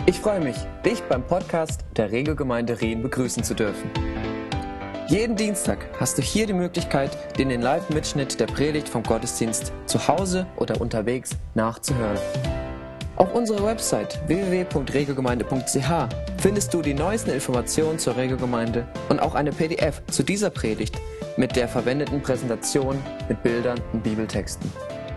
Ich freue mich, dich beim Podcast der Regelgemeinde Rien begrüßen zu dürfen. Jeden Dienstag hast du hier die Möglichkeit, den Live-Mitschnitt der Predigt vom Gottesdienst zu Hause oder unterwegs nachzuhören. Auf unserer Website www.regelgemeinde.ch findest du die neuesten Informationen zur Regelgemeinde und auch eine PDF zu dieser Predigt mit der verwendeten Präsentation mit Bildern und Bibeltexten.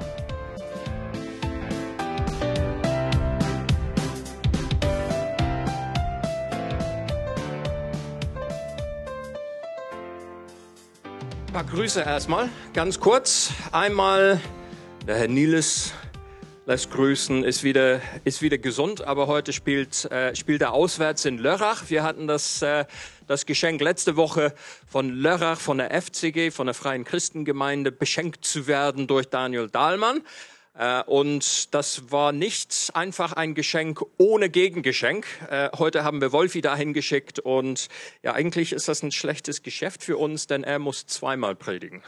Ein paar Grüße erstmal, ganz kurz. Einmal, der Herr Niels lässt grüßen, ist wieder gesund, aber heute spielt er auswärts in Lörrach. Wir hatten das Geschenk letzte Woche von Lörrach, von der FCG, von der Freien Christengemeinde, beschenkt zu werden durch Daniel Dahlmann. Und das war nicht einfach ein Geschenk ohne Gegengeschenk. Heute haben wir Wolfi dahin geschickt und ja, eigentlich ist das ein schlechtes Geschäft für uns, denn er muss zweimal predigen.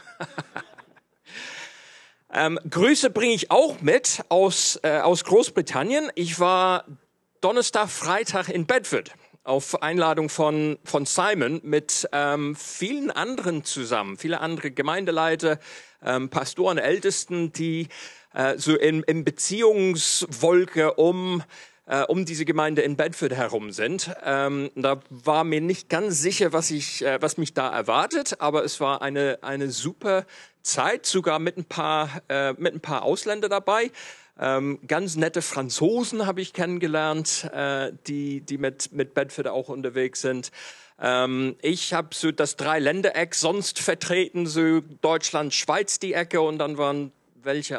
Grüße bringe ich auch mit aus Großbritannien. Ich war Donnerstag, Freitag in Bedford auf Einladung von Simon mit vielen anderen zusammen, viele andere Gemeindeleiter, Pastoren, Ältesten, die so in Beziehungswolke um diese Gemeinde in Bedford herum sind. Da war mir nicht ganz sicher, was mich da erwartet, aber es war eine super Zeit, sogar mit ein paar Ausländer dabei. Ganz nette Franzosen habe ich kennengelernt, die mit Bedford auch unterwegs sind. Ich habe so das Dreiländereck sonst vertreten, so Deutschland, Schweiz die Ecke, und dann waren welche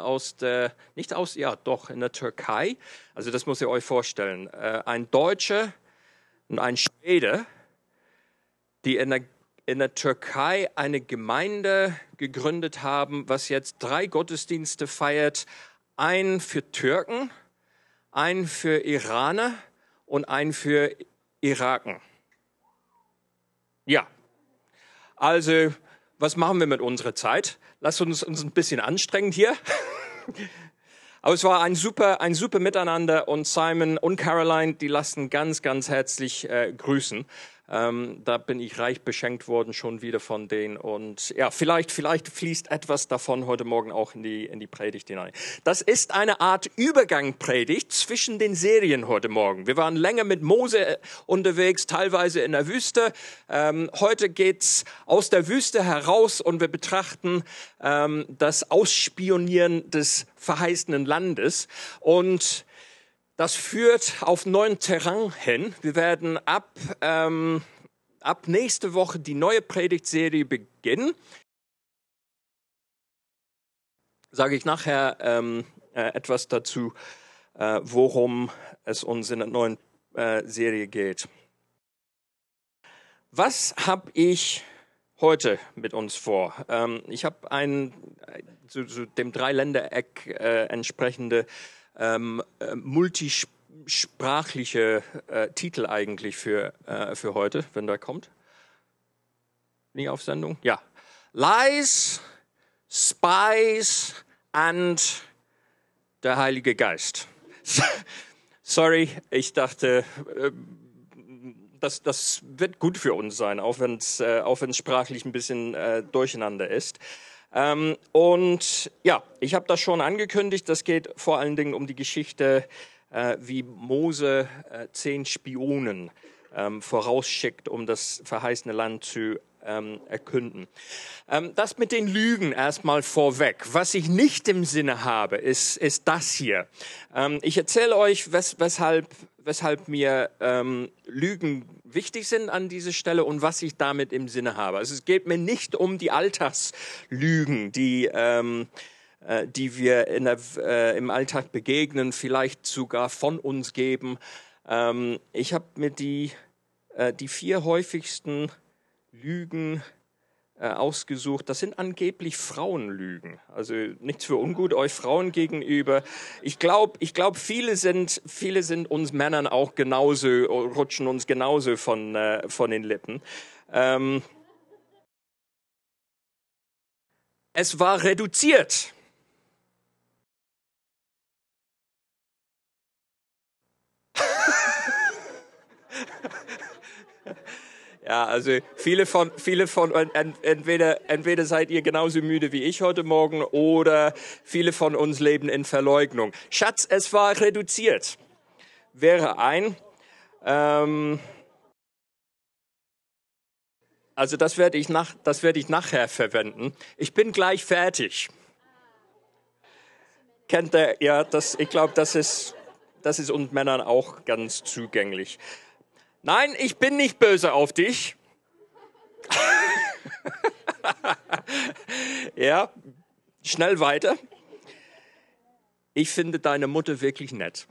in der Türkei. Also das muss ihr euch vorstellen. Ein Deutscher und ein Schwede, die in der Türkei eine Gemeinde gegründet haben, was jetzt 3 Gottesdienste feiert. Einen für Türken, einen für Iraner und einen für Iraken. Ja, also was machen wir mit unserer Zeit? Lasst uns ein bisschen anstrengen hier. Aber es war ein super Miteinander, und Simon und Caroline, die lassen ganz, ganz herzlich grüßen. Da bin ich reich beschenkt worden schon wieder von denen, und ja, vielleicht fließt etwas davon heute Morgen auch in die Predigt hinein. Das ist eine Art Übergangpredigt zwischen den Serien heute Morgen. Wir waren länger mit Mose unterwegs, teilweise in der Wüste. Heute geht's aus der Wüste heraus und wir betrachten das Ausspionieren des verheißenen Landes, und das führt auf neuen Terrain hin. Wir werden ab nächste Woche die neue Predigtserie beginnen. Sage ich nachher etwas dazu, worum es uns in der neuen Serie geht. Was habe ich heute mit uns vor? Ich habe zu dem Dreiländereck entsprechende multisprachliche Titel eigentlich für heute, wenn der kommt. Nie auf Sendung? Ja. Lies, Spies and der Heilige Geist. Sorry, ich dachte, das wird gut für uns sein, auch wenn es sprachlich ein bisschen durcheinander ist. Und ja, ich habe das schon angekündigt, das geht vor allen Dingen um die Geschichte, wie Mose 10 Spionen vorausschickt, um das verheißene Land zu erkunden. Das mit den Lügen erstmal vorweg. Was ich nicht im Sinne habe, ist das hier. Ich erzähle euch, weshalb mir Lügen wichtig sind an dieser Stelle und was ich damit im Sinne habe. Also es geht mir nicht um die Alltagslügen, die wir im Alltag begegnen, vielleicht sogar von uns geben. Ich habe mir die 4 häufigsten Lügen ausgesucht. Das sind angeblich Frauenlügen. Also nichts für ungut euch Frauen gegenüber. Ich glaube, viele sind uns Männern auch genauso, rutschen uns genauso von den Lippen. Es war reduziert. Ja, also viele von entweder seid ihr genauso müde wie ich heute Morgen oder viele von uns leben in Verleugnung. Schatz, es war reduziert. Wäre ein. Also das werde ich nachher verwenden. Ich bin gleich fertig. Kennt ihr? Ja, ich glaube, das ist uns Männern auch ganz zugänglich. Nein, ich bin nicht böse auf dich. Ja, schnell weiter. Ich finde deine Mutter wirklich nett.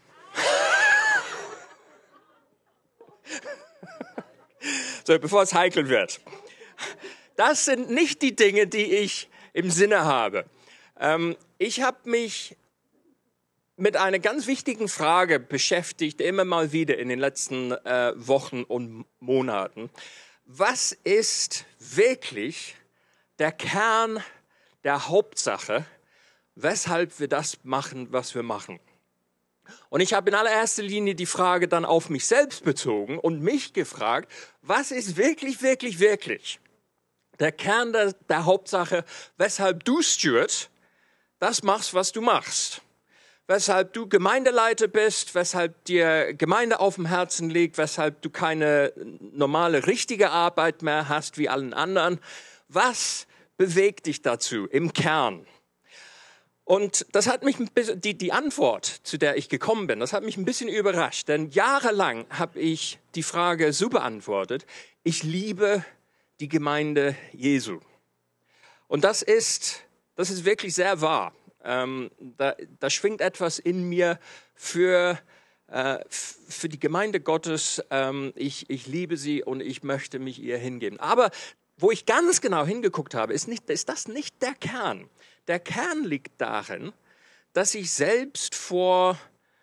So, bevor es heikel wird. Das sind nicht die Dinge, die ich im Sinne habe. Ich habe mich mit einer ganz wichtigen Frage beschäftigt, immer mal wieder in den letzten Wochen und Monaten. Was ist wirklich der Kern der Hauptsache, weshalb wir das machen, was wir machen? Und ich habe in allererster Linie die Frage dann auf mich selbst bezogen und mich gefragt, was ist wirklich, wirklich, wirklich der Kern der Hauptsache, weshalb du, Stuart, das machst, was du machst? Weshalb du Gemeindeleiter bist, weshalb dir Gemeinde auf dem Herzen liegt, weshalb du keine normale, richtige Arbeit mehr hast wie allen anderen. Was bewegt dich dazu im Kern? Und das hat mich die Antwort, zu der ich gekommen bin, das hat mich ein bisschen überrascht. Denn jahrelang habe ich die Frage so beantwortet: Ich liebe die Gemeinde Jesu. Und das ist wirklich sehr wahr. Da schwingt etwas in mir für die Gemeinde Gottes. Ich liebe sie und ich möchte mich ihr hingeben. Aber wo ich ganz genau hingeguckt habe, ist das nicht der Kern. Der Kern liegt darin, dass ich selbst vor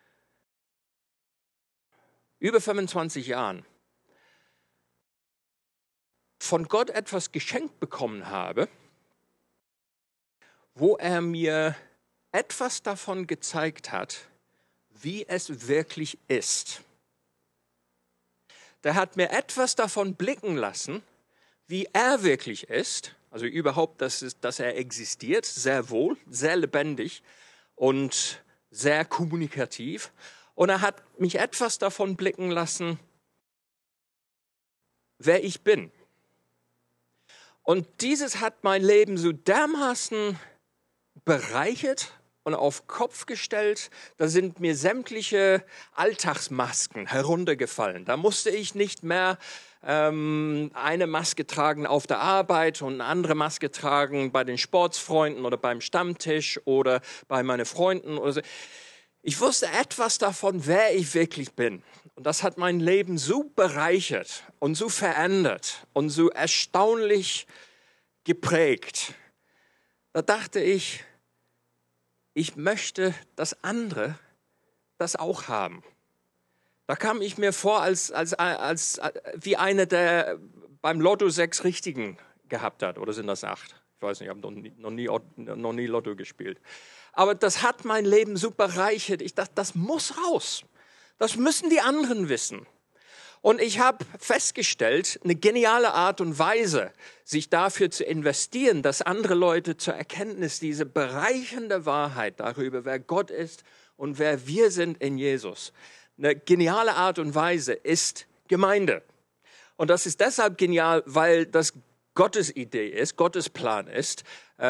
über 25 Jahren von Gott etwas geschenkt bekommen habe, wo er mir etwas davon gezeigt hat, wie es wirklich ist. Der hat mir etwas davon blicken lassen, wie er wirklich ist, also überhaupt, dass er existiert, sehr wohl, sehr lebendig und sehr kommunikativ. Und er hat mich etwas davon blicken lassen, wer ich bin. Und dieses hat mein Leben so dermaßen bereichert und auf Kopf gestellt, da sind mir sämtliche Alltagsmasken heruntergefallen. Da musste ich nicht mehr eine Maske tragen auf der Arbeit und eine andere Maske tragen bei den Sportsfreunden oder beim Stammtisch oder bei meinen Freunden oder so. Ich wusste etwas davon, wer ich wirklich bin. Und das hat mein Leben so bereichert und so verändert und so erstaunlich geprägt. Da dachte ich, ich möchte, dass andere das auch haben. Da kam ich mir vor als wie einer, der beim Lotto 6 Richtigen gehabt hat. Oder sind das 8? Ich weiß nicht, ich habe noch nie Lotto gespielt. Aber das hat mein Leben so bereichert. Ich dachte, das muss raus. Das müssen die anderen wissen. Und ich habe festgestellt, eine geniale Art und Weise, sich dafür zu investieren, dass andere Leute zur Erkenntnis diese bereichernde Wahrheit darüber, wer Gott ist und wer wir sind in Jesus. Eine geniale Art und Weise ist Gemeinde. Und das ist deshalb genial, weil das Gottes Idee ist, Gottes Plan ist,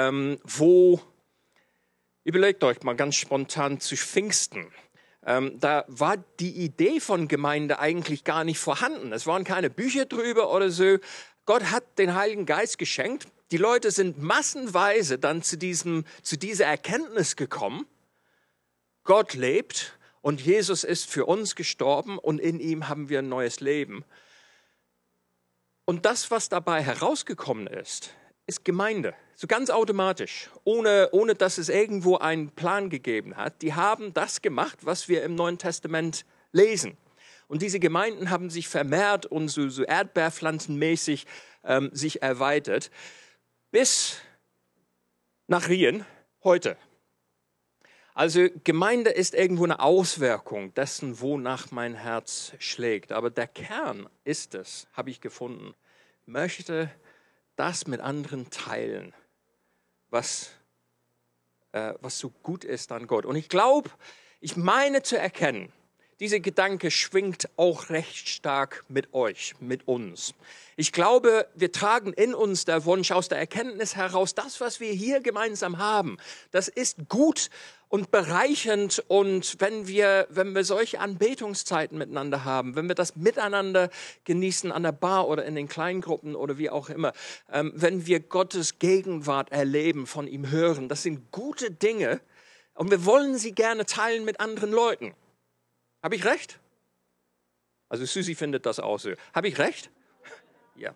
überlegt euch mal ganz spontan zu Pfingsten. Da war die Idee von Gemeinde eigentlich gar nicht vorhanden. Es waren keine Bücher drüber oder so. Gott hat den Heiligen Geist geschenkt. Die Leute sind massenweise dann zu dieser Erkenntnis gekommen. Gott lebt und Jesus ist für uns gestorben und in ihm haben wir ein neues Leben. Und das, was dabei herausgekommen ist Gemeinde. So ganz automatisch, ohne dass es irgendwo einen Plan gegeben hat. Die haben das gemacht, was wir im Neuen Testament lesen. Und diese Gemeinden haben sich vermehrt und so erdbeerpflanzenmäßig sich erweitert bis nach Rien heute. Also Gemeinde ist irgendwo eine Auswirkung dessen, wonach mein Herz schlägt. Aber der Kern ist es, habe ich gefunden, möchte das mit anderen teilen, was so gut ist an Gott. Und ich glaube, ich meine zu erkennen, dieser Gedanke schwingt auch recht stark mit euch, mit uns. Ich glaube, wir tragen in uns der Wunsch aus der Erkenntnis heraus, das, was wir hier gemeinsam haben, das ist gut und bereichernd. Und wenn wir solche Anbetungszeiten miteinander haben, wenn wir das miteinander genießen an der Bar oder in den Kleingruppen oder wie auch immer, wenn wir Gottes Gegenwart erleben, von ihm hören, das sind gute Dinge und wir wollen sie gerne teilen mit anderen Leuten. Habe ich recht? Also Susi findet das auch so. Habe ich recht? Ja.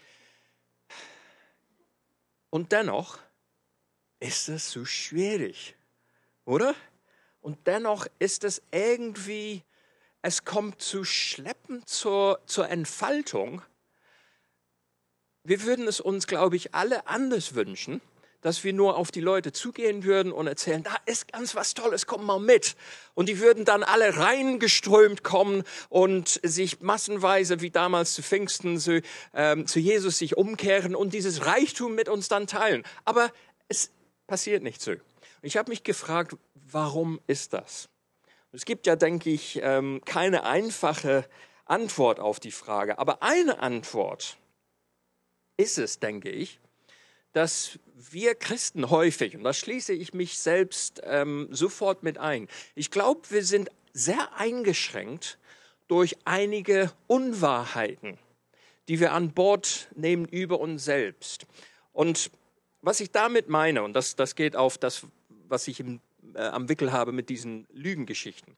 Und dennoch ist es so schwierig, oder? Und dennoch ist es irgendwie, es kommt zu schleppend zur Entfaltung. Wir würden es uns, glaube ich, alle anders wünschen, dass wir nur auf die Leute zugehen würden und erzählen, da ist ganz was Tolles, komm mal mit. Und die würden dann alle reingeströmt kommen und sich massenweise, wie damals zu Pfingsten, zu Jesus sich umkehren und dieses Reichtum mit uns dann teilen. Aber es passiert nicht so. Ich habe mich gefragt, warum ist das? Es gibt ja, denke ich, keine einfache Antwort auf die Frage. Aber eine Antwort ist es, denke ich, dass wir Christen häufig, und da schließe ich mich selbst sofort mit ein, ich glaube, wir sind sehr eingeschränkt durch einige Unwahrheiten, die wir an Bord nehmen über uns selbst. Und was ich damit meine, und das geht auf das, was ich am Wickel habe mit diesen Lügengeschichten.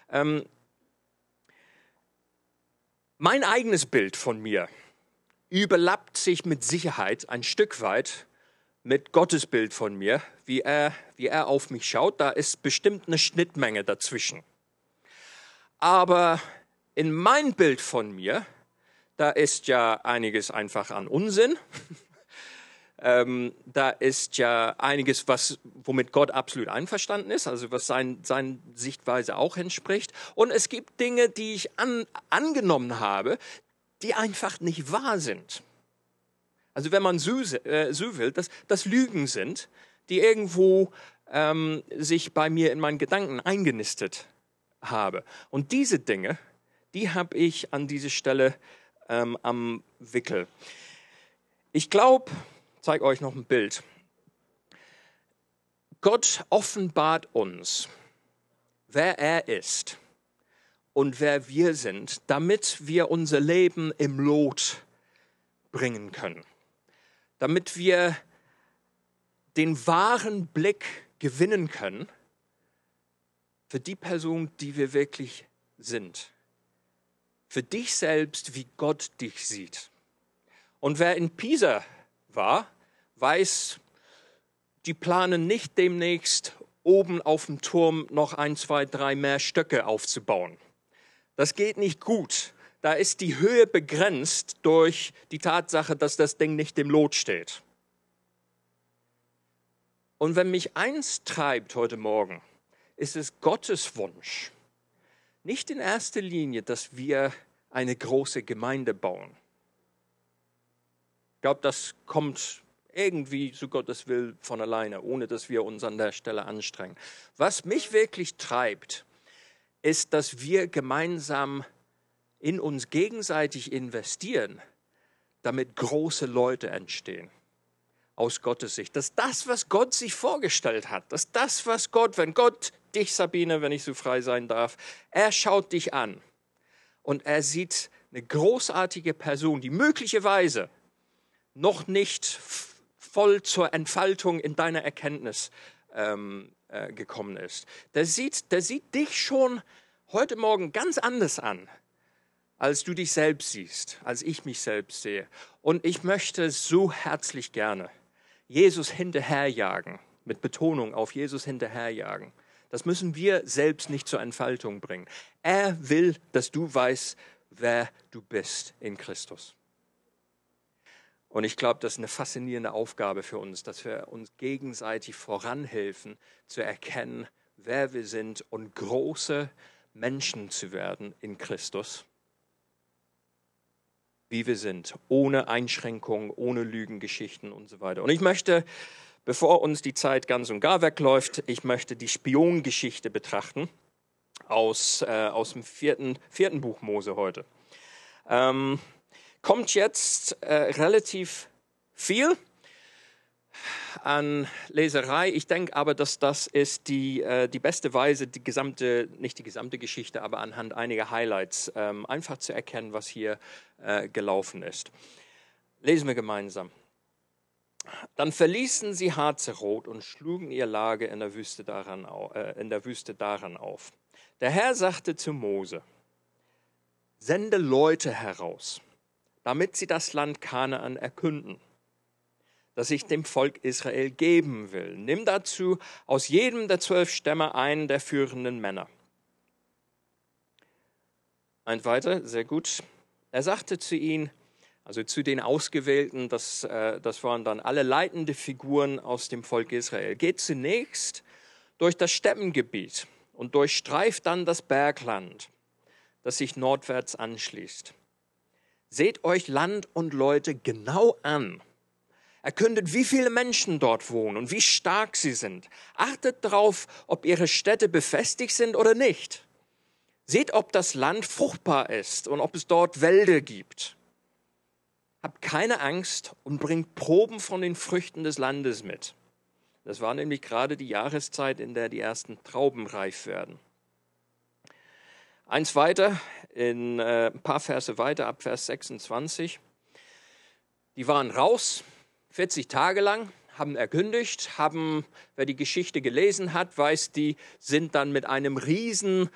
Mein eigenes Bild von mir überlappt sich mit Sicherheit ein Stück weit mit Gottes Bild von mir, wie er auf mich schaut. Da ist bestimmt eine Schnittmenge dazwischen. Aber in mein Bild von mir, da ist ja einiges einfach an Unsinn. Da ist ja einiges, womit Gott absolut einverstanden ist, also was seiner Sichtweise auch entspricht. Und es gibt Dinge, die ich angenommen habe, die einfach nicht wahr sind. Also wenn man so will, dass Lügen sind, die irgendwo sich bei mir in meinen Gedanken eingenistet habe. Und diese Dinge, die habe ich an dieser Stelle am Wickel. Ich glaube, ich zeige euch noch ein Bild. Gott offenbart uns, wer er ist und wer wir sind, damit wir unser Leben im Lot bringen können. Damit wir den wahren Blick gewinnen können für die Person, die wir wirklich sind. Für dich selbst, wie Gott dich sieht. Und wer in Pisa war, weiß, die planen nicht demnächst oben auf dem Turm noch 1, 2, 3 mehr Stöcke aufzubauen. Das geht nicht gut. Da ist die Höhe begrenzt durch die Tatsache, dass das Ding nicht im Lot steht. Und wenn mich eins treibt heute Morgen, ist es Gottes Wunsch, nicht in erster Linie, dass wir eine große Gemeinde bauen. Ich glaube, das kommt irgendwie, so Gottes Will, von alleine, ohne dass wir uns an der Stelle anstrengen. Was mich wirklich treibt, ist, dass wir gemeinsam in uns gegenseitig investieren, damit große Leute entstehen. Aus Gottes Sicht. Dass das, was Gott sich vorgestellt hat, dass das, was Gott, wenn Gott dich, Sabine, wenn ich so frei sein darf, er schaut dich an und er sieht eine großartige Person, die möglicherweise noch nicht voll zur Entfaltung in deiner Erkenntnis gekommen ist. Der sieht dich schon heute Morgen ganz anders an, als du dich selbst siehst, als ich mich selbst sehe. Und ich möchte so herzlich gerne Jesus hinterherjagen, mit Betonung auf Jesus hinterherjagen. Das müssen wir selbst nicht zur Entfaltung bringen. Er will, dass du weißt, wer du bist in Christus. Und ich glaube, das ist eine faszinierende Aufgabe für uns, dass wir uns gegenseitig voranhelfen, zu erkennen, wer wir sind und große Menschen zu werden in Christus. wie wir sind, ohne Einschränkungen, ohne Lügengeschichten und so weiter. Und ich möchte, bevor uns die Zeit ganz und gar wegläuft, ich möchte die Spiongeschichte betrachten aus dem vierten Buch Mose heute. Kommt jetzt relativ viel an Leserei. Ich denke aber, dass das ist die beste Weise, nicht die gesamte Geschichte, aber anhand einiger Highlights einfach zu erkennen, was hier gelaufen ist. Lesen wir gemeinsam. Dann verließen sie Hazeroth und schlugen ihr Lager in der Wüste daran auf. Der Herr sagte zu Mose: Sende Leute heraus, damit sie das Land Kanaan erkunden, das ich dem Volk Israel geben will. Nimm dazu aus jedem der 12 Stämme einen der führenden Männer. Ein weiter, sehr gut. Er sagte zu ihnen, also zu den Ausgewählten, das waren dann alle leitende Figuren aus dem Volk Israel: Geht zunächst durch das Steppengebiet und durchstreift dann das Bergland, das sich nordwärts anschließt. Seht euch Land und Leute genau an. Erkundet, wie viele Menschen dort wohnen und wie stark sie sind. Achtet darauf, ob ihre Städte befestigt sind oder nicht. Seht, ob das Land fruchtbar ist und ob es dort Wälder gibt. Habt keine Angst und bringt Proben von den Früchten des Landes mit. Das war nämlich gerade die Jahreszeit, in der die ersten Trauben reif werden. Eins weiter, ein paar Verse weiter, ab Vers 26. Die waren raus, 40 Tage lang, haben erkündigt, wer die Geschichte gelesen hat, weiß, die sind dann mit einem riesen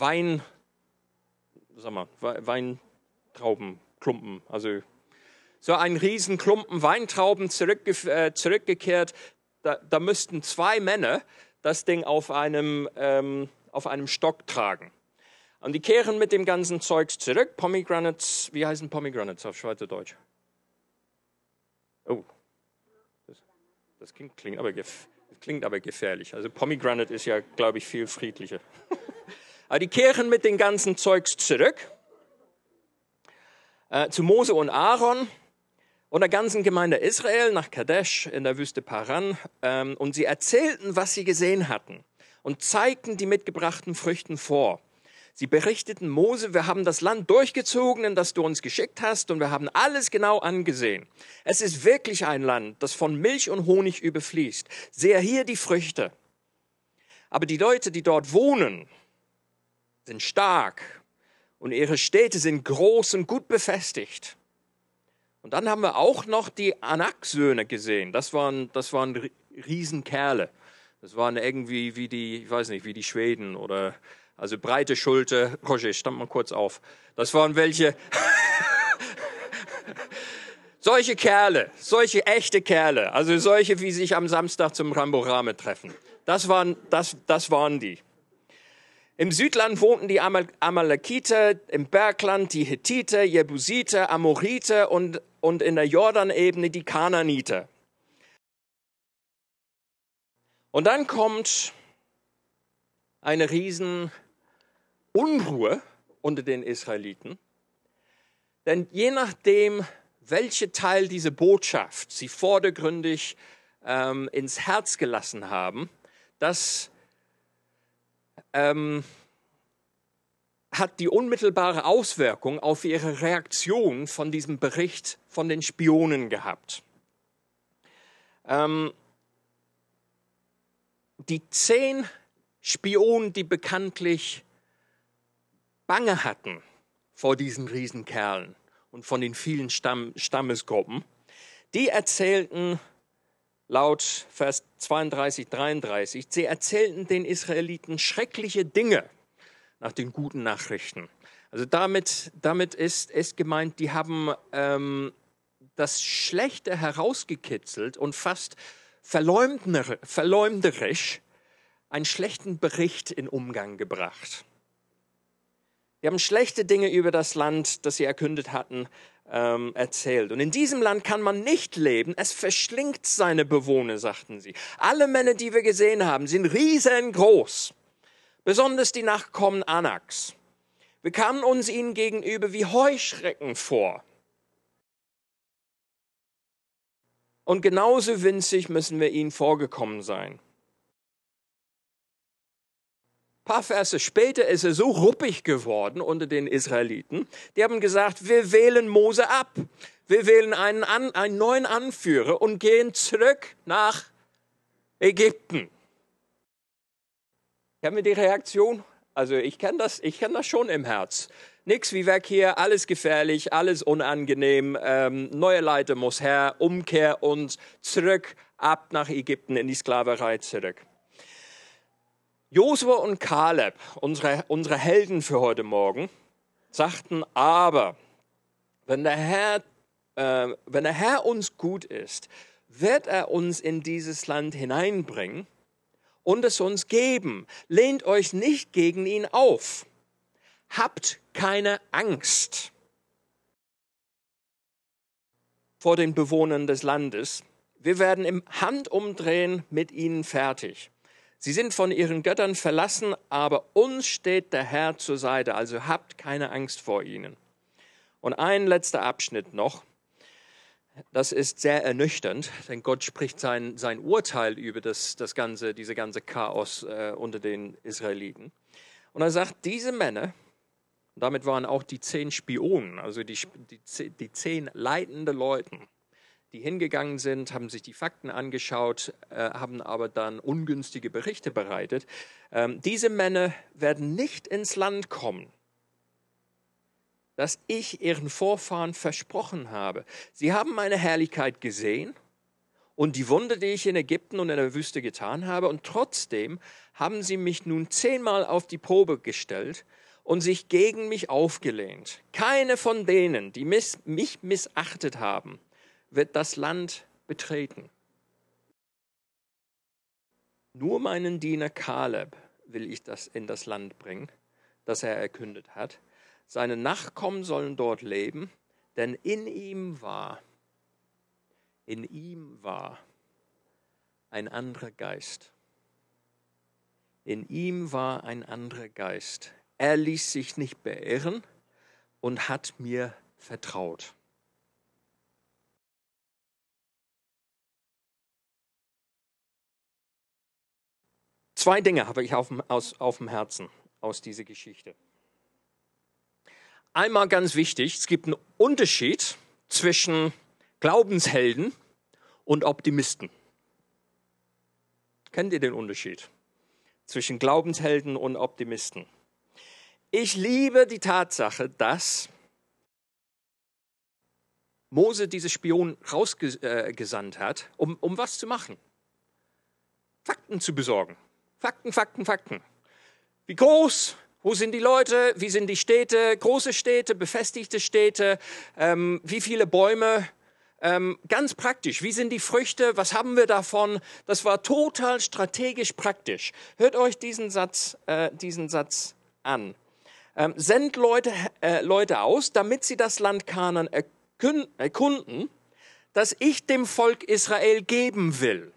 Weintraubenklumpen, also so ein riesen Klumpen Weintrauben zurückgekehrt. Da müssten 2 Männer das Ding auf einem Stock tragen. Und die kehren mit dem ganzen Zeugs zurück. Pomegranates, wie heißen Pomegranates auf Schweizerdeutsch? Oh, das klingt aber gefährlich. Also Pomegranate ist ja, glaube ich, viel friedlicher. Aber die kehren mit dem ganzen Zeugs zurück zu Mose und Aaron und der ganzen Gemeinde Israel nach Kadesh in der Wüste Paran. Und sie erzählten, was sie gesehen hatten und zeigten die mitgebrachten Früchten vor. Sie berichteten Mose: Wir haben das Land durchgezogen, in das du uns geschickt hast, und wir haben alles genau angesehen. Es ist wirklich ein Land, das von Milch und Honig überfließt. Sehe hier die Früchte. Aber die Leute, die dort wohnen, sind stark und ihre Städte sind groß und gut befestigt. Und dann haben wir auch noch die Anak-Söhne gesehen. Das waren Riesenkerle. Das waren irgendwie wie die Schweden oder... Also breite Schulter, Roger, stand mal kurz auf. Das waren welche, solche Kerle, solche echte Kerle, also solche, wie sich am Samstag zum Ramborame treffen. Das waren die. Im Südland wohnten die Amalekiter, im Bergland die Hethiter, Jebusiter, Amoriter und in der Jordanebene die Kanaaniter. Und dann kommt eine riesen Unruhe unter den Israeliten, denn je nachdem, welcher Teil diese Botschaft sie vordergründig ins Herz gelassen haben, das hat die unmittelbare Auswirkung auf ihre Reaktion von diesem Bericht von den Spionen gehabt. Die 10 Spionen, die bekanntlich Bange hatten vor diesen Riesenkerlen und von den vielen Stammesgruppen, die erzählten laut Vers 32, 33, sie erzählten den Israeliten schreckliche Dinge nach den guten Nachrichten. Also damit ist gemeint, die haben das Schlechte herausgekitzelt und fast verleumderisch einen schlechten Bericht in Umgang gebracht. Die haben schlechte Dinge über das Land, das sie erkundet hatten, erzählt. Und in diesem Land kann man nicht leben. Es verschlingt seine Bewohner, sagten sie. Alle Männer, die wir gesehen haben, sind riesengroß. Besonders die Nachkommen Anaks. Wir kamen uns ihnen gegenüber wie Heuschrecken vor. Und genauso winzig müssen wir ihnen vorgekommen sein. Ein paar Verse später ist er so ruppig geworden unter den Israeliten. Die haben gesagt, wir wählen Mose ab. Wir wählen einen neuen Anführer und gehen zurück nach Ägypten. Kennen wir die Reaktion? Also ich kenne das schon im Herz. Nix wie weg hier, alles gefährlich, alles unangenehm. Neuer Leiter muss her, Umkehr und zurück, ab nach Ägypten, in die Sklaverei zurück. Josua und Kaleb, unsere Helden für heute Morgen, sagten aber, wenn der Herr uns gut ist, wird er uns in dieses Land hineinbringen und es uns geben. Lehnt euch nicht gegen ihn auf. Habt keine Angst vor den Bewohnern des Landes. Wir werden im Handumdrehen mit ihnen fertig. Sie sind von ihren Göttern verlassen, aber uns steht der Herr zur Seite, also habt keine Angst vor ihnen. Und ein letzter Abschnitt noch, das ist sehr ernüchternd, denn Gott spricht sein Urteil über diese ganze Chaos unter den Israeliten. Und er sagt, diese Männer, damit waren auch die 10 Spionen, also die 10 leitende Leute, die hingegangen sind, haben sich die Fakten angeschaut, haben aber dann ungünstige Berichte bereitet. Diese Männer werden nicht ins Land kommen, das ich ihren Vorfahren versprochen habe. Sie haben meine Herrlichkeit gesehen und die Wunder, die ich in Ägypten und in der Wüste getan habe. Und trotzdem haben sie mich nun 10-mal auf die Probe gestellt und sich gegen mich aufgelehnt. Keine von denen, die mich missachtet haben, wird das Land betreten. Nur meinen Diener Kaleb will ich das in das Land bringen, das er erkündet hat. Seine Nachkommen sollen dort leben, denn in ihm war ein anderer Geist. In ihm war ein anderer Geist. Er ließ sich nicht beirren und hat mir vertraut. Zwei Dinge habe ich auf dem Herzen aus dieser Geschichte. Einmal ganz wichtig, es gibt einen Unterschied zwischen Glaubenshelden und Optimisten. Kennt ihr den Unterschied zwischen Glaubenshelden und Optimisten? Ich liebe die Tatsache, dass Mose diese Spion rausgesandt hat, um was zu machen? Fakten zu besorgen. Fakten. Wie groß? Wo sind die Leute? Wie sind die Städte? Große Städte, befestigte Städte? Wie viele Bäume? Ganz praktisch. Wie sind die Früchte? Was haben wir davon? Das war total strategisch praktisch. Hört euch diesen Satz an. Sendet Leute aus, damit sie das Land Kanaan erkunden, das ich dem Volk Israel geben will.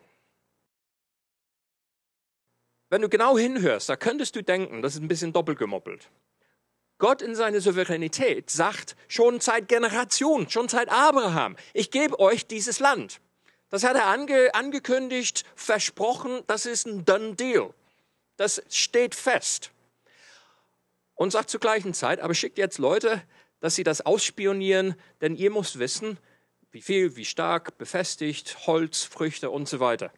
Wenn du genau hinhörst, da könntest du denken, das ist ein bisschen doppelt gemoppelt. Gott in seiner Souveränität sagt schon seit Generationen, schon seit Abraham, ich gebe euch dieses Land. Das hat er angekündigt, versprochen, das ist ein done deal. Das steht fest. Und sagt zur gleichen Zeit, aber schickt jetzt Leute, dass sie das ausspionieren, denn ihr müsst wissen, wie viel, wie stark, befestigt, Holz, Früchte und so weiter.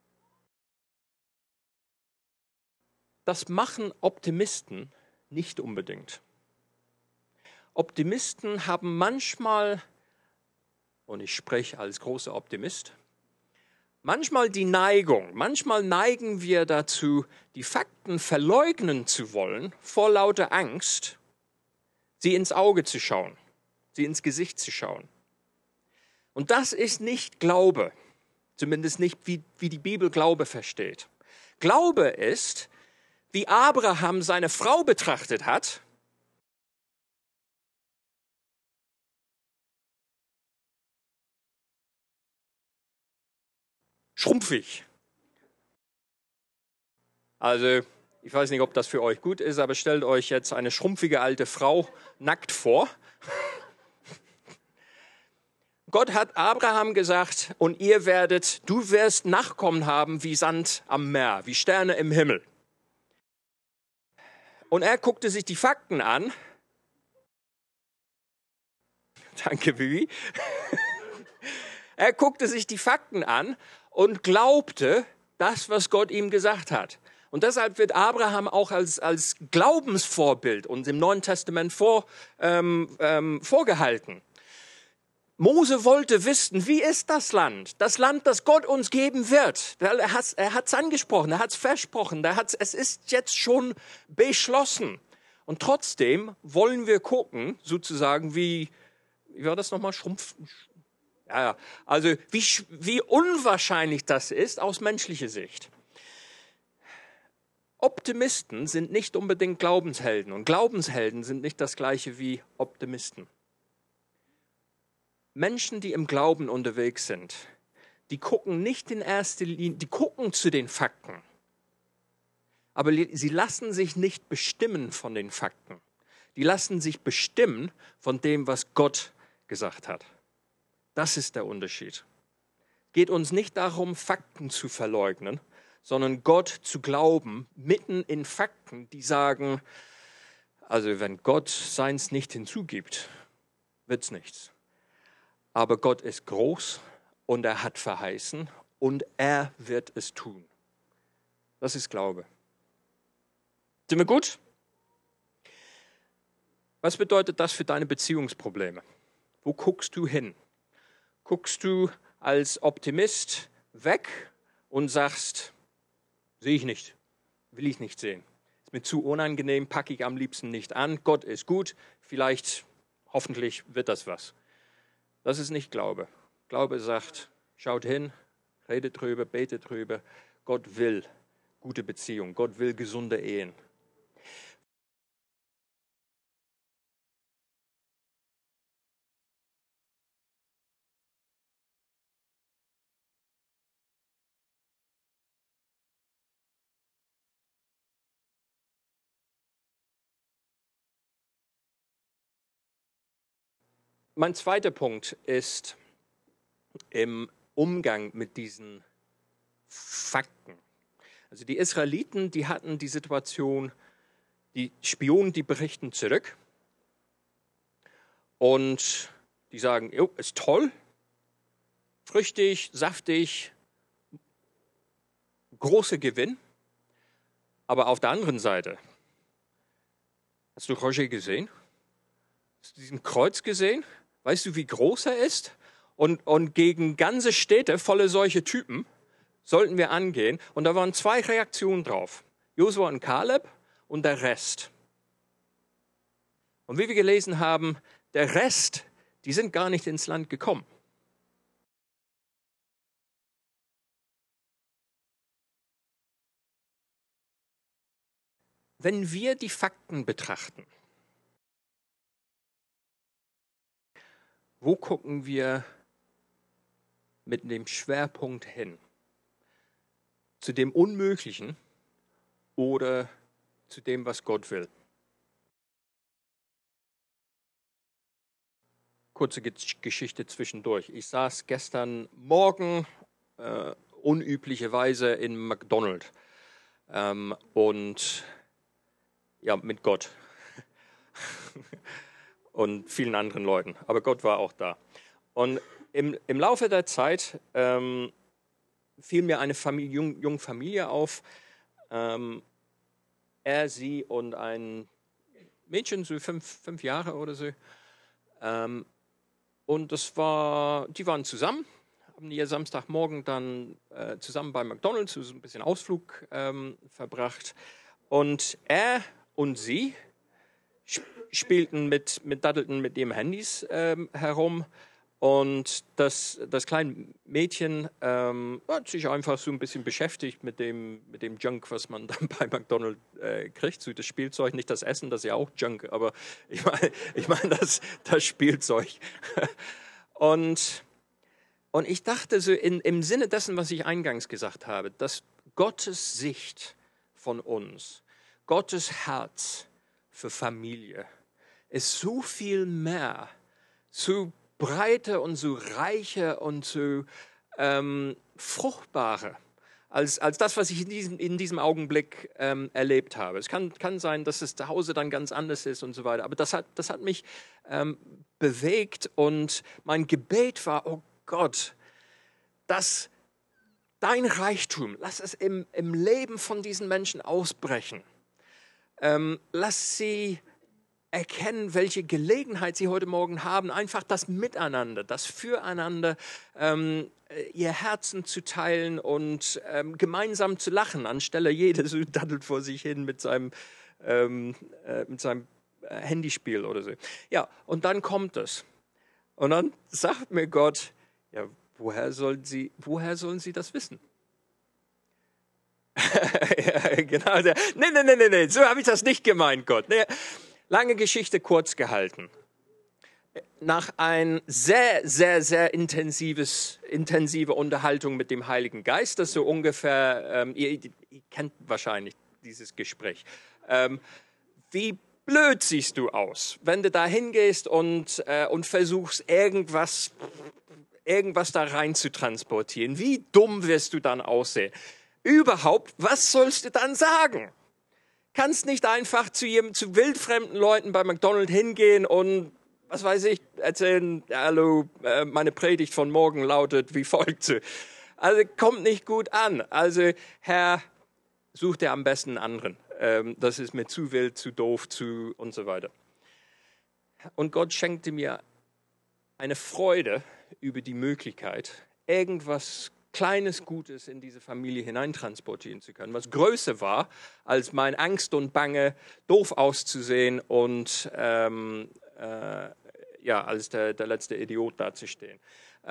Das machen Optimisten nicht unbedingt. Optimisten haben manchmal, und ich spreche als großer Optimist, manchmal neigen wir dazu, die Fakten verleugnen zu wollen, vor lauter Angst, sie ins Auge zu schauen, sie ins Gesicht zu schauen. Und das ist nicht Glaube, zumindest nicht, wie die Bibel Glaube versteht. Glaube ist, wie Abraham seine Frau betrachtet hat, schrumpfig. Also, ich weiß nicht, ob das für euch gut ist, aber stellt euch jetzt eine schrumpfige alte Frau nackt vor. Gott hat Abraham gesagt, und du wirst Nachkommen haben wie Sand am Meer, wie Sterne im Himmel. Und er guckte sich die Fakten an. Danke, Vivi. Er guckte sich die Fakten an und glaubte das, was Gott ihm gesagt hat. Und deshalb wird Abraham auch als Glaubensvorbild uns im Neuen Testament vorgehalten. Mose wollte wissen, wie ist das Land, das Gott uns geben wird. Er hat es angesprochen, er hat es versprochen, es ist jetzt schon beschlossen. Und trotzdem wollen wir gucken, sozusagen, wie war das nochmal, also wie unwahrscheinlich das ist aus menschlicher Sicht. Optimisten sind nicht unbedingt Glaubenshelden und Glaubenshelden sind nicht das gleiche wie Optimisten. Menschen, die im Glauben unterwegs sind, die gucken nicht in erster Linie, die gucken zu den Fakten. Aber sie lassen sich nicht bestimmen von den Fakten. Die lassen sich bestimmen von dem, was Gott gesagt hat. Das ist der Unterschied. Es geht uns nicht darum, Fakten zu verleugnen, sondern Gott zu glauben, mitten in Fakten, die sagen, also wenn Gott seins nicht hinzugibt, wird's nichts. Aber Gott ist groß und er hat verheißen und er wird es tun. Das ist Glaube. Sind wir gut? Was bedeutet das für deine Beziehungsprobleme? Wo guckst du hin? Guckst du als Optimist weg und sagst, sehe ich nicht, will ich nicht sehen. Ist mir zu unangenehm, packe ich am liebsten nicht an. Gott ist gut, vielleicht, hoffentlich wird das was. Das ist nicht Glaube. Glaube sagt, schaut hin, redet drüber, betet drüber. Gott will gute Beziehungen, Gott will gesunde Ehen. Mein zweiter Punkt ist im Umgang mit diesen Fakten. Also die Israeliten, die hatten die Situation, die Spionen, die berichten zurück und die sagen, jo, ist toll, früchtig, saftig, großer Gewinn. Aber auf der anderen Seite, hast du Roger gesehen? Hast du diesen Kreuz gesehen? Weißt du, wie groß er ist? Und gegen ganze Städte voller solche Typen sollten wir angehen. Und da waren 2 Reaktionen drauf. Josua und Kaleb und der Rest. Und wie wir gelesen haben, der Rest, die sind gar nicht ins Land gekommen. Wenn wir die Fakten betrachten, wo gucken wir mit dem Schwerpunkt hin? Zu dem Unmöglichen oder zu dem, was Gott will? Kurze Geschichte zwischendurch. Ich saß gestern Morgen unüblicherweise in McDonald's und ja, mit Gott. Und vielen anderen Leuten. Aber Gott war auch da. Und im Laufe der Zeit fiel mir eine junge Familie auf. Er, sie und ein Mädchen, so 5 Jahre oder so. Und die waren zusammen, haben ihr Samstagmorgen dann zusammen bei McDonald's so ein bisschen Ausflug verbracht. Und er und sie daddelten mit ihren Handys herum und das kleine Mädchen hat sich einfach so ein bisschen beschäftigt mit dem Junk, was man dann bei McDonald's kriegt, so das Spielzeug, nicht das Essen, das ist ja auch Junk, aber ich meine das Spielzeug. Und ich dachte so im Sinne dessen, was ich eingangs gesagt habe, dass Gottes Sicht von uns, Gottes Herz für Familie ist so viel mehr, so breite und so reiche und so fruchtbare als das, was ich in diesem Augenblick erlebt habe. Es kann sein, dass es zu Hause dann ganz anders ist und so weiter. Aber das hat mich bewegt und mein Gebet war, oh Gott, dass dein Reichtum, lass es im Leben von diesen Menschen ausbrechen. Lass sie erkennen, welche Gelegenheit sie heute Morgen haben, einfach das Miteinander, das Füreinander, ihr Herzen zu teilen und gemeinsam zu lachen, anstelle jeder so daddelt vor sich hin mit seinem Handyspiel oder so. Ja, und dann kommt es. Und dann sagt mir Gott, ja, woher sollen Sie das wissen? Ja, genau. Nee, so habe ich das nicht gemeint, Gott. Nee. Lange Geschichte kurz gehalten. Nach einer sehr, sehr, sehr intensive Unterhaltung mit dem Heiligen Geist, das so ungefähr, ihr kennt wahrscheinlich dieses Gespräch. Wie blöd siehst du aus, wenn du da hingehst und versuchst, irgendwas da rein zu transportieren? Wie dumm wirst du dann aussehen? Überhaupt, was sollst du dann sagen? Kannst nicht einfach zu wildfremden Leuten bei McDonald's hingehen und, was weiß ich, erzählen, hallo, meine Predigt von morgen lautet wie folgt. Also kommt nicht gut an. Also Herr, such dir am besten einen anderen. Das ist mir zu wild, zu doof, und so weiter. Und Gott schenkte mir eine Freude über die Möglichkeit, irgendwas Kleines Gutes in diese Familie hineintransportieren zu können, was größer war, als mein Angst und Bange, doof auszusehen und als der letzte Idiot dazustehen.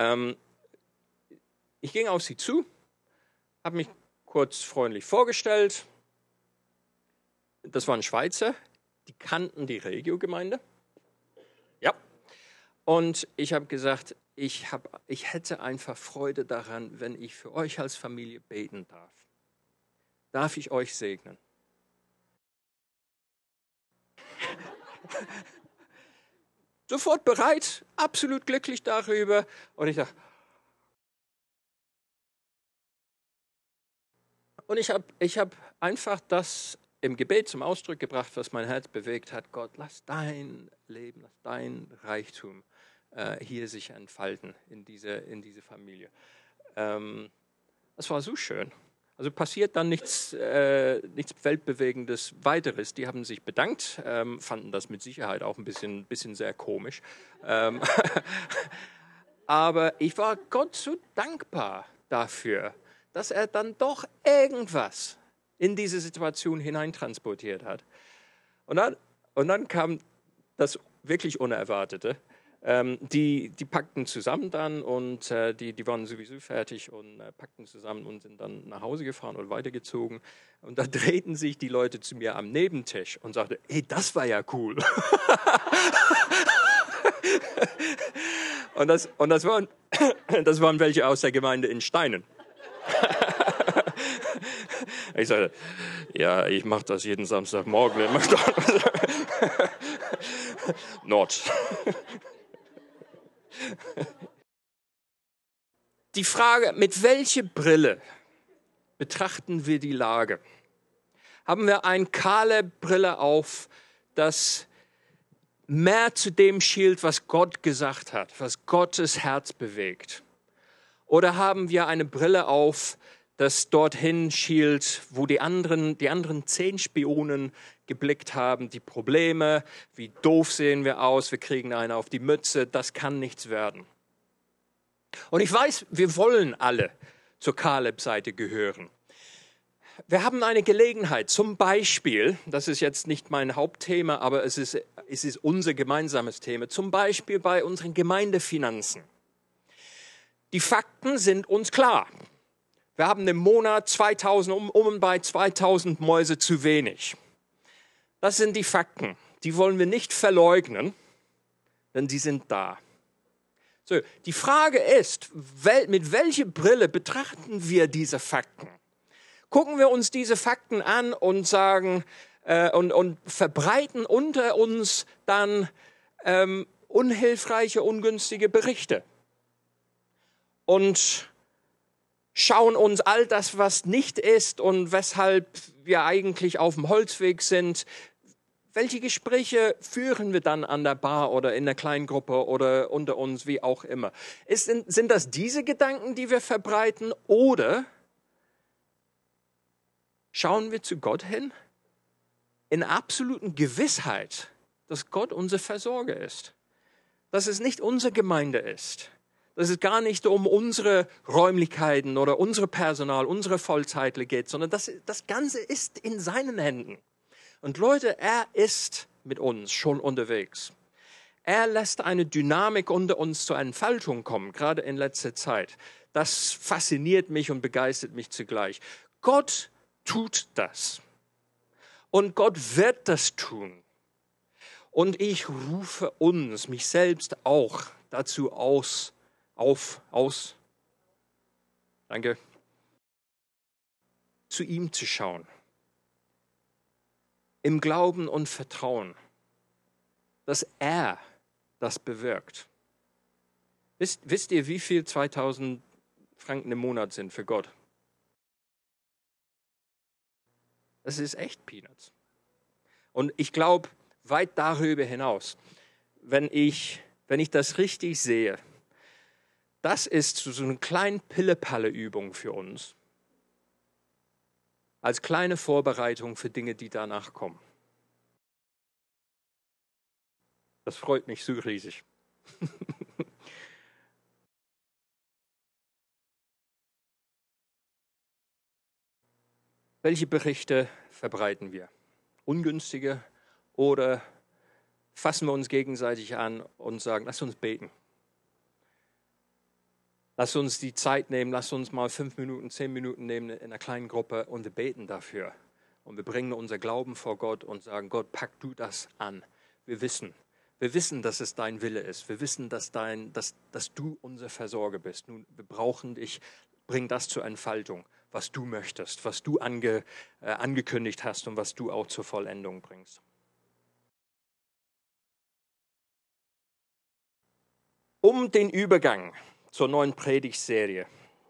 Ich ging auf sie zu, habe mich kurz freundlich vorgestellt. Das waren Schweizer, die kannten die Regio-Gemeinde. Ja. Und ich habe gesagt, ich hätte einfach Freude daran, wenn ich für euch als Familie beten darf. Darf ich euch segnen? Sofort bereit, absolut glücklich darüber. Und ich habe einfach das im Gebet zum Ausdruck gebracht, was mein Herz bewegt hat. Gott, lass dein Leben, lass dein Reichtum hier sich entfalten in diese Familie. Das war so schön. Also passiert dann nichts Weltbewegendes weiteres. Die haben sich bedankt, fanden das mit Sicherheit auch ein bisschen sehr komisch. Aber ich war Gott so dankbar dafür, dass er dann doch irgendwas in diese Situation hineintransportiert hat. Und dann kam das wirklich Unerwartete. Die packten zusammen dann und die waren sowieso fertig und packten zusammen und sind dann nach Hause gefahren oder weitergezogen. Und da drehten sich die Leute zu mir am Nebentisch und sagten, hey, das war ja cool. und das waren welche aus der Gemeinde in Steinen. Ich sagte, ja, ich mache das jeden Samstagmorgen in McDonald's. Not. Die Frage, mit welcher Brille betrachten wir die Lage? Haben wir eine kahle Brille auf, das mehr zu dem schielt, was Gott gesagt hat, was Gottes Herz bewegt? Oder haben wir eine Brille auf, das dorthin schielt, wo die anderen 10 Spionen geblickt haben, die Probleme, wie doof sehen wir aus, wir kriegen einen auf die Mütze, das kann nichts werden. Und ich weiß, wir wollen alle zur Kaleb-Seite gehören. Wir haben eine Gelegenheit, zum Beispiel, das ist jetzt nicht mein Hauptthema, aber es ist unser gemeinsames Thema, zum Beispiel bei unseren Gemeindefinanzen. Die Fakten sind uns klar. Wir haben im Monat 2000, und bei 2000 Mäuse zu wenig. Das sind die Fakten. Die wollen wir nicht verleugnen, denn sie sind da. So, die Frage ist, mit welcher Brille betrachten wir diese Fakten? Gucken wir uns diese Fakten an und sagen und verbreiten unter uns dann unhilfreiche, ungünstige Berichte und schauen uns all das, was nicht ist und weshalb wir eigentlich auf dem Holzweg sind. Welche Gespräche führen wir dann an der Bar oder in der kleinen Gruppe oder unter uns, wie auch immer? Sind das diese Gedanken, die wir verbreiten, oder schauen wir zu Gott hin in absoluten Gewissheit, dass Gott unser Versorger ist, dass es nicht unsere Gemeinde ist, dass es gar nicht um unsere Räumlichkeiten oder unsere Personal, unsere Vollzeitler geht, sondern das Ganze ist in seinen Händen. Und Leute, er ist mit uns schon unterwegs. Er lässt eine Dynamik unter uns zur Entfaltung kommen, gerade in letzter Zeit. Das fasziniert mich und begeistert mich zugleich. Gott tut das. Und Gott wird das tun. Und ich rufe uns, mich selbst auch dazu auf, danke, zu ihm zu schauen. Im Glauben und Vertrauen, dass er das bewirkt. Wisst ihr, wie viel 2000 Franken im Monat sind für Gott? Das ist echt Peanuts. Und ich glaube, weit darüber hinaus, wenn ich das richtig sehe, das ist so eine kleine Pille-Palle-Übung für uns. Als kleine Vorbereitung für Dinge, die danach kommen. Das freut mich so riesig. Welche Berichte verbreiten wir? Ungünstige oder fassen wir uns gegenseitig an und sagen, lass uns beten. Lass uns die Zeit nehmen, lass uns mal 5 Minuten, 10 Minuten nehmen in einer kleinen Gruppe und wir beten dafür. Und wir bringen unser Glauben vor Gott und sagen, Gott, pack du das an. Wir wissen, dass es dein Wille ist. Wir wissen, dass du unser Versorger bist. Nun, wir brauchen dich, bring das zur Entfaltung, was du möchtest, was du angekündigt hast und was du auch zur Vollendung bringst. Um den Übergang zur neuen Predigtserie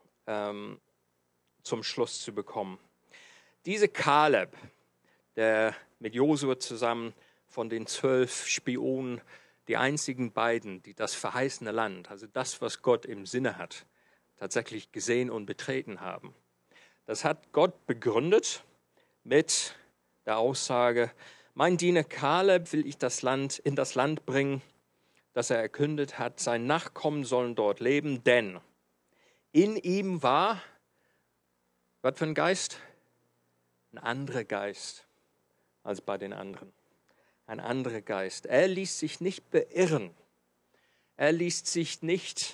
zum Schluss zu bekommen. Diese Kaleb, der mit Josua zusammen von den 12 Spionen, die einzigen beiden, die das verheißene Land, also das, was Gott im Sinne hat, tatsächlich gesehen und betreten haben. Das hat Gott begründet mit der Aussage, mein Diener Kaleb will ich in das Land bringen, das er erkündet hat, sein Nachkommen sollen dort leben, denn in ihm war, was für ein Geist? Ein anderer Geist als bei den anderen. Ein anderer Geist. Er ließ sich nicht beirren. Er ließ sich nicht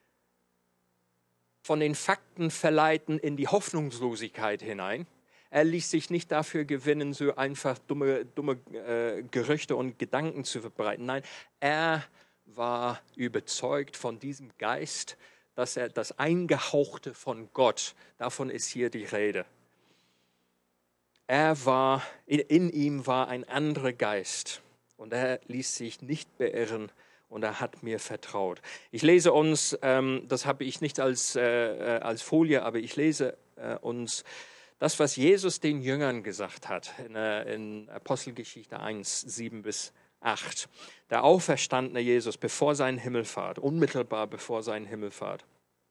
von den Fakten verleiten in die Hoffnungslosigkeit hinein. Er ließ sich nicht dafür gewinnen, so einfach dumme Gerüchte und Gedanken zu verbreiten. Nein, er war überzeugt von diesem Geist, dass er das Eingehauchte von Gott, davon ist hier die Rede. In ihm war ein anderer Geist und er ließ sich nicht beirren und er hat mir vertraut. Ich lese uns, das habe ich nicht als Folie, aber ich lese uns das, was Jesus den Jüngern gesagt hat in Apostelgeschichte 1, 7 bis 8. Der auferstandene Jesus bevor seine Himmelfahrt, unmittelbar bevor seine Himmelfahrt,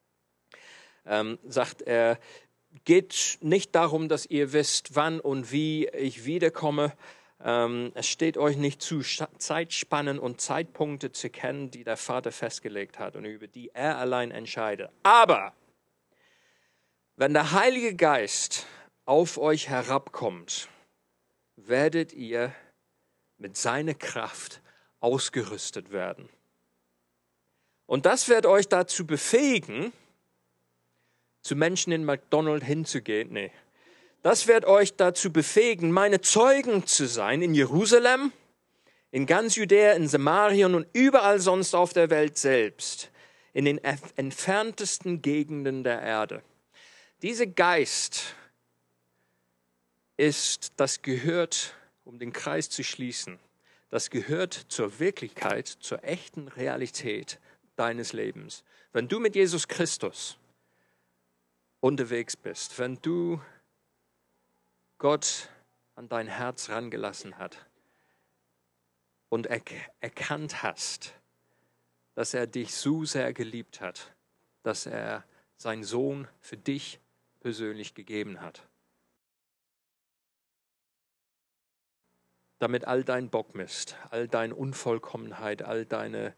sagt er, geht nicht darum, dass ihr wisst, wann und wie ich wiederkomme. Es steht euch nicht zu, Zeitspannen und Zeitpunkte zu kennen, die der Vater festgelegt hat und über die er allein entscheidet. Aber wenn der Heilige Geist auf euch herabkommt, werdet ihr mit seiner Kraft ausgerüstet werden. Und das wird euch dazu befähigen, zu Menschen in McDonald's hinzugehen. Nee. Das wird euch dazu befähigen, meine Zeugen zu sein in Jerusalem, in ganz Judäa, in Samarien und überall sonst auf der Welt selbst, in den entferntesten Gegenden der Erde. Dieser Geist das gehört, um den Kreis zu schließen, Das gehört zur Wirklichkeit, zur echten Realität deines Lebens. Wenn du mit Jesus Christus unterwegs bist, wenn du Gott an dein Herz rangelassen hast und erkannt hast, dass er dich so sehr geliebt hat, dass er seinen Sohn für dich persönlich gegeben hat. Damit all dein Bockmist, all deine Unvollkommenheit, all deine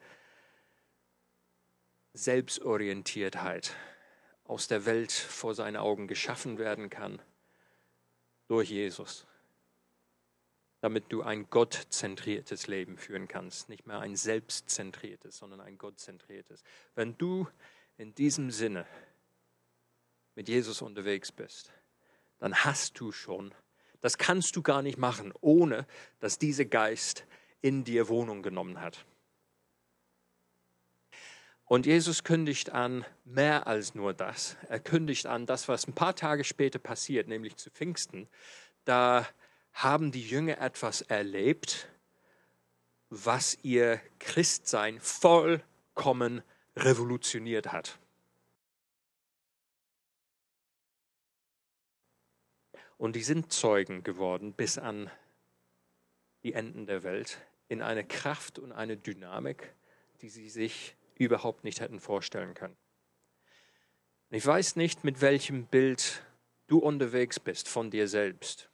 Selbstorientiertheit aus der Welt vor seinen Augen geschaffen werden kann durch Jesus. Damit du ein gottzentriertes Leben führen kannst. Nicht mehr ein selbstzentriertes, sondern ein gottzentriertes. Wenn du in diesem Sinne mit Jesus unterwegs bist, dann hast du schon, das kannst du gar nicht machen, ohne dass dieser Geist in dir Wohnung genommen hat. Und Jesus kündigt an mehr als nur das. Er kündigt an das, was ein paar Tage später passiert, nämlich zu Pfingsten. Da haben die Jünger etwas erlebt, was ihr Christsein vollkommen revolutioniert hat. Und die sind Zeugen geworden bis an die Enden der Welt in eine Kraft und eine Dynamik, die sie sich überhaupt nicht hätten vorstellen können. Ich weiß nicht, mit welchem Bild du unterwegs bist von dir selbst.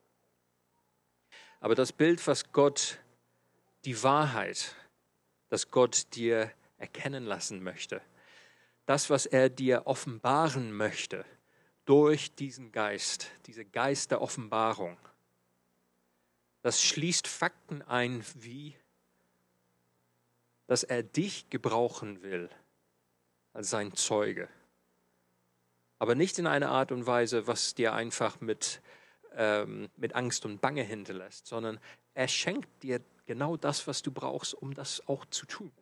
Aber das Bild, was Gott, die Wahrheit, das Gott dir erkennen lassen möchte, das, was er dir offenbaren möchte durch diesen Geist, diese Geist der Offenbarung, das schließt Fakten ein, wie, dass er dich gebrauchen will als sein Zeuge. Aber nicht in einer Art und Weise, was dir einfach mit Angst und Bange hinterlässt, sondern er schenkt dir genau das, was du brauchst, um das auch zu tun.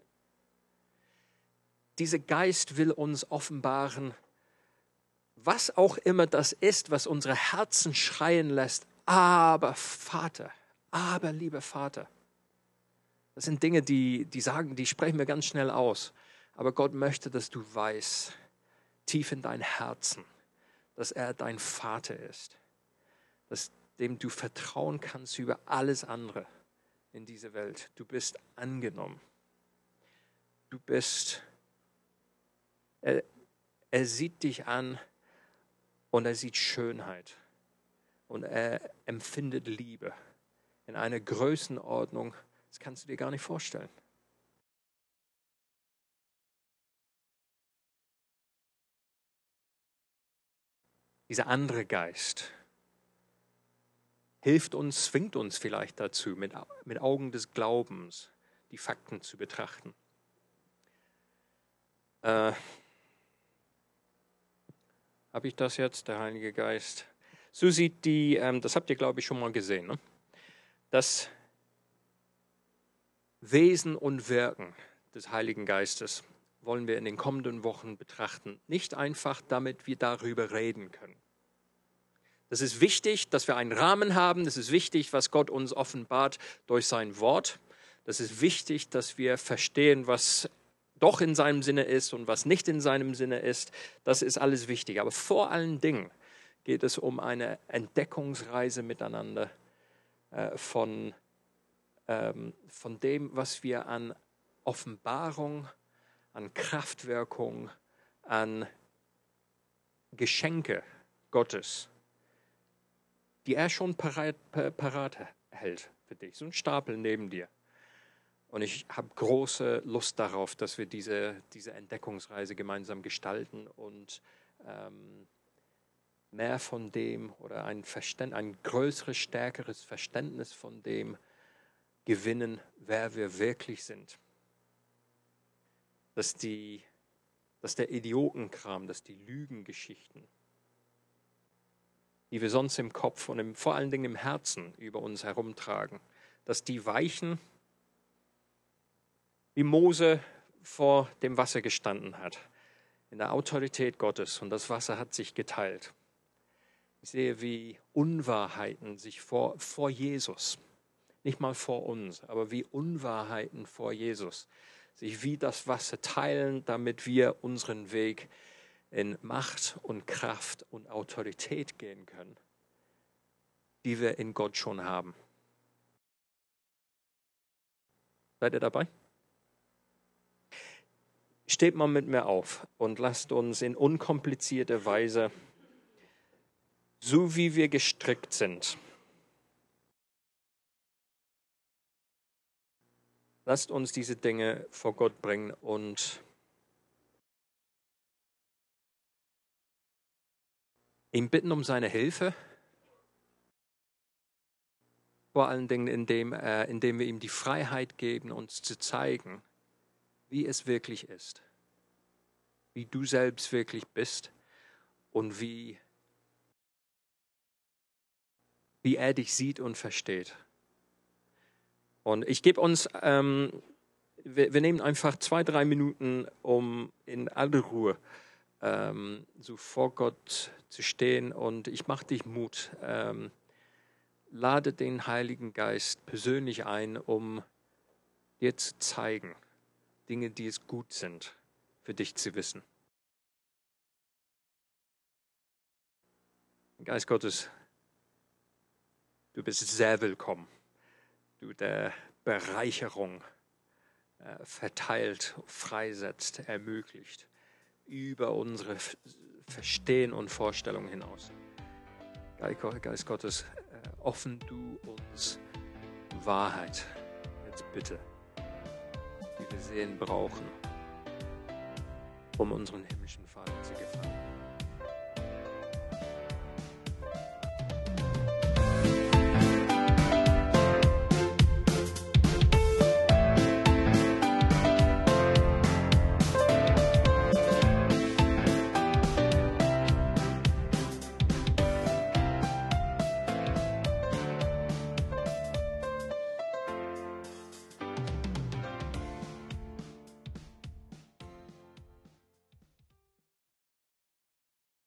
Dieser Geist will uns offenbaren, was auch immer das ist, was unsere Herzen schreien lässt. Aber Vater, aber lieber Vater. Das sind Dinge, die sprechen wir ganz schnell aus. Aber Gott möchte, dass du weißt, tief in dein Herzen, dass er dein Vater ist. Dem du vertrauen kannst über alles andere in dieser Welt. Du bist angenommen. Du bist, er sieht dich an und er sieht Schönheit. Und er empfindet Liebe in einer Größenordnung, das kannst du dir gar nicht vorstellen. Dieser andere Geist hilft uns, zwingt uns vielleicht dazu, mit Augen des Glaubens die Fakten zu betrachten. Habe ich das jetzt, der Heilige Geist? So sieht das habt ihr, glaube ich, schon mal gesehen, ne? Das Wesen und Wirken des Heiligen Geistes wollen wir in den kommenden Wochen betrachten. Nicht einfach, damit wir darüber reden können. Das ist wichtig, dass wir einen Rahmen haben. Das ist wichtig, was Gott uns offenbart durch sein Wort. Das ist wichtig, dass wir verstehen, was doch in seinem Sinne ist und was nicht in seinem Sinne ist. Das ist alles wichtig. Aber vor allen Dingen geht es um eine Entdeckungsreise miteinander von dem, was wir an Offenbarung, an Kraftwirkung, an Geschenke Gottes, die er schon parat hält für dich. So ein Stapel neben dir. Und ich habe große Lust darauf, dass wir diese Entdeckungsreise gemeinsam gestalten und mehr von dem oder ein größeres, stärkeres Verständnis von dem gewinnen, wer wir wirklich sind. Dass der Idiotenkram, dass die Lügengeschichten, die wir sonst im Kopf und vor allen Dingen im Herzen über uns herumtragen, dass die weichen, wie Mose vor dem Wasser gestanden hat, in der Autorität Gottes, und das Wasser hat sich geteilt. Ich sehe, wie Unwahrheiten sich vor Jesus, nicht mal vor uns, aber wie Unwahrheiten vor Jesus, sich wie das Wasser teilen, damit wir unseren Weg in Macht und Kraft und Autorität gehen können, die wir in Gott schon haben. Seid ihr dabei? Steht mal mit mir auf und lasst uns in unkomplizierter Weise, so wie wir gestrickt sind, lasst uns diese Dinge vor Gott bringen und ihn bitten um seine Hilfe. Vor allen Dingen, indem wir ihm die Freiheit geben, uns zu zeigen, wie es wirklich ist, wie du selbst wirklich bist und wie er dich sieht und versteht. Und ich gebe uns, wir nehmen einfach 2-3 Minuten, um in aller Ruhe so vor Gott zu stehen, und ich mache dich Mut. Lade den Heiligen Geist persönlich ein, um dir zu zeigen, Dinge, die es gut sind, für dich zu wissen. Geist Gottes, du bist sehr willkommen. Du der Bereicherung verteilt, freisetzt, ermöglicht, über unsere Verstehen und Vorstellungen hinaus. Geist Gottes, offen du uns Wahrheit, jetzt bitte, die wir sehen brauchen, um unseren himmlischen Vater zu gefallen.